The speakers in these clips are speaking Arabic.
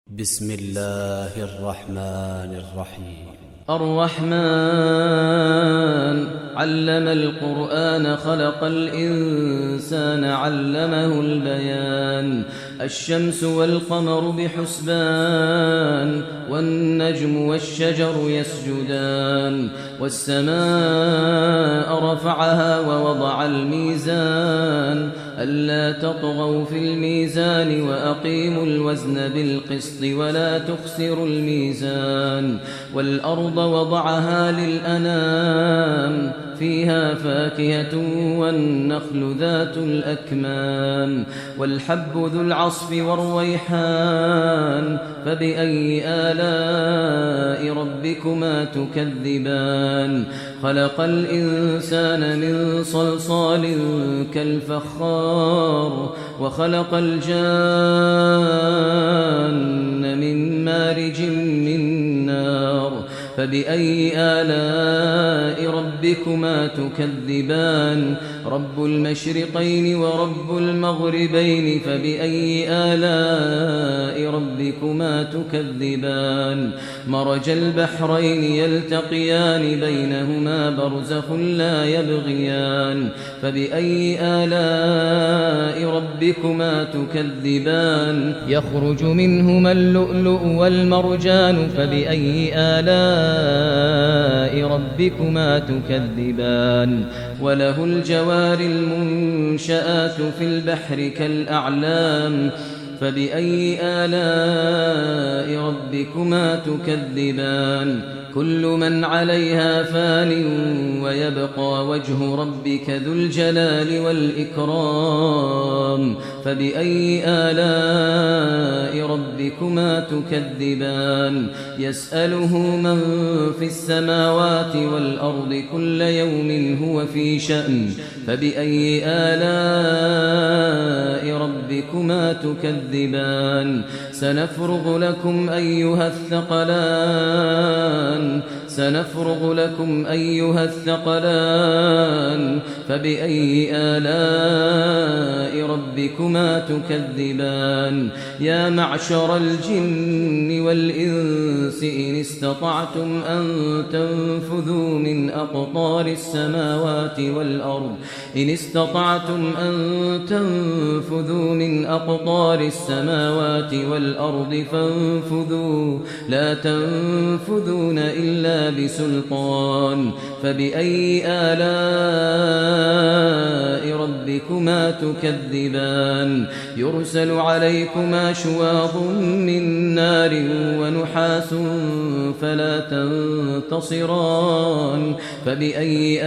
بسم الله الرحمن الرحيم. الرحمن علم القرآن خلق الإنسان علمه البيان. الشمس والقمر بحسبان والنجم والشجر يسجدان. والسماء رفعها ووضع الميزان ألا تطغوا في الميزان وأقيموا الوزن بالقسط ولا تخسروا الميزان. والأرض وضعها للأنام فيها فاكهة والنخل ذات الأكمام والحب ذو العصف والريحان فبأي آلاء ربكما تكذبان. خلق الإنسان من صلصال كالفخار وخلق الجان من مارج من نار فبأي آلاء ربكما تكذبان. رب المشرقين ورب المغربين فبأي آلاء ربكما تكذبان. مرج البحرين يلتقيان بينهما برزخ لا يبغيان فبأي آلاء ربكما تكذبان. يخرج منهما اللؤلؤ والمرجان فبأي آلاء ربكما تكذبان. وله الجوار المنشآت في البحر كالأعلام فبأي آلاء ربكما تكذبان. كل من عليها فان ويبقى وجه ربك ذو الجلال والإكرام فبأي آلاء ربكما تكذبان. يسأله من في السماوات والأرض كل يوم هو في شأن فبأي آلاء ربكما تكذبان. سنفرغ لكم أيها الثقلان فبأي آلاء ربكما تكذبان. يا معشر الجن والإنس إن استطعتم أن تنفذوا من أقطار السماوات والأرض فانفذوا لا تنفذون إلا بسلطان فبأي آلاء ربكما تكذبان. يرسل عليكما شواظ من نار ونحاس فلا تنتصران فبأي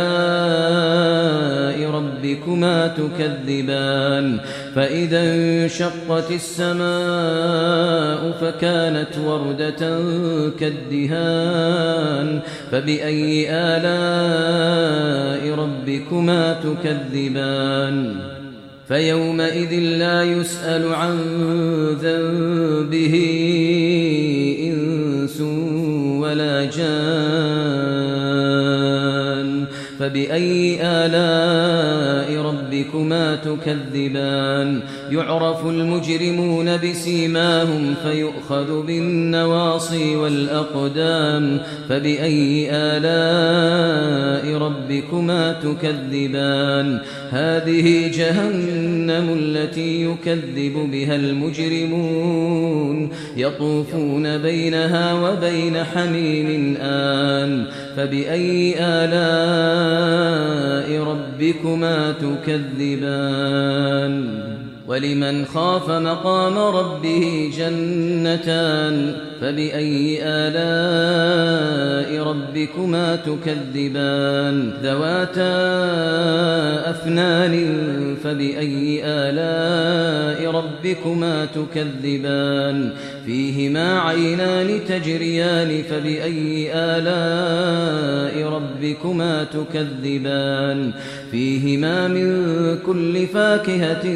آلاء ربكما تكذبان. فإذا انشقت السماء فكانت وردة كالدهان فبأي آلاء ربكما تكذبان. فيومئذ لا يسأل عن ذنبه إنس ولا جان فبأي آلاء ربكما تكذبان. يعرف المجرمون بسيماهم فيؤخذ بالنواصي والأقدام فبأي آلاء ربكما تكذبان. هذه جهنم التي يكذب بها المجرمون يطوفون بينها وبين حميم آن فبأي آلاء ربكما تكذبان. ولمن خاف مقام ربه جنتان فبأي آلاء ربكما تكذبان. ذواتا أفنان فبأي آلاء ربكما تكذبان. فيهما عينان تجريان فبأي آلاء ربكما تكذبان. فيهما من كل فاكهة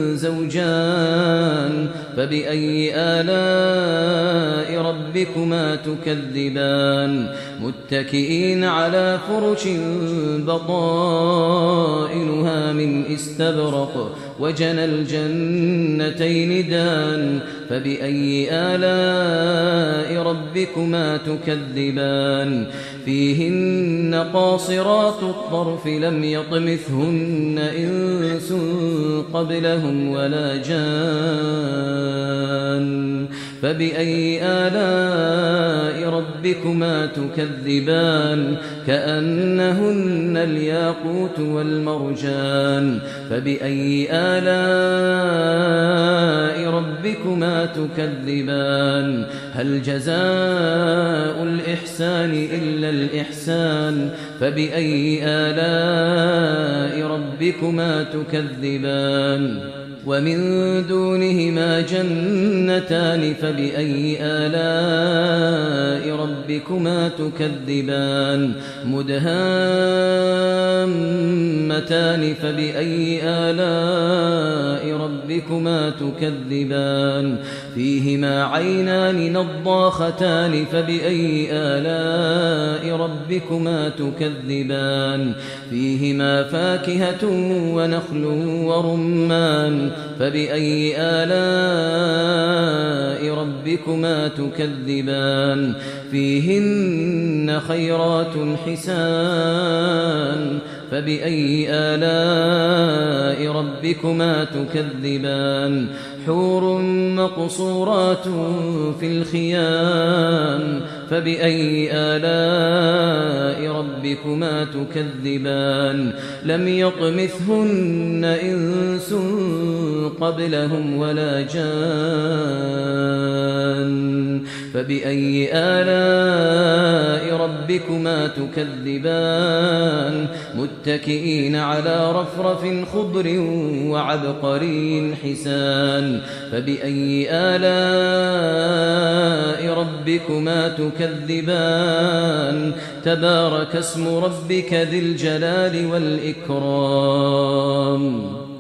زوجان فبأي آلاء ربكما تكذبان. متكئين على فرش بطائنها من استبرق وجنى الجنتين دان فبأي آلاء ربكما تكذبان فيهن قاصرات الطرف لم يطمثهن إنس قبلهم ولا جان فبأي آلاء ربكما تكذبان كأنهن الياقوت والمرجان فبأي آلاء ربكما تكذبان هل جزاء الإحسان إلا الإحسان فبأي آلاء ربكما تكذبان ومن دونهما جنتان فبأي آلاء ربكما تكذبان مدهامتان فبأي آلاء ربكما تكذبان فيهما عينان نضاختان فبأي آلاء ربكما تكذبان فيهما فاكهة ونخل ورمان فبأي آلاء ربكما تكذبان فيهن خيرات حسان فبأي آلاء ربكما تكذبان حور مقصورات في الخيام فبأي آلاء ربكما تكذبان لم يطمثهن إنس قبلهم ولا جان فبأي آلاء ربكما تكذبان متكئين على رفرف خضر وعبقري حسان فبأي آلاء ربكما تكذبان تبارك اسم ربك ذي الجلال والإكرام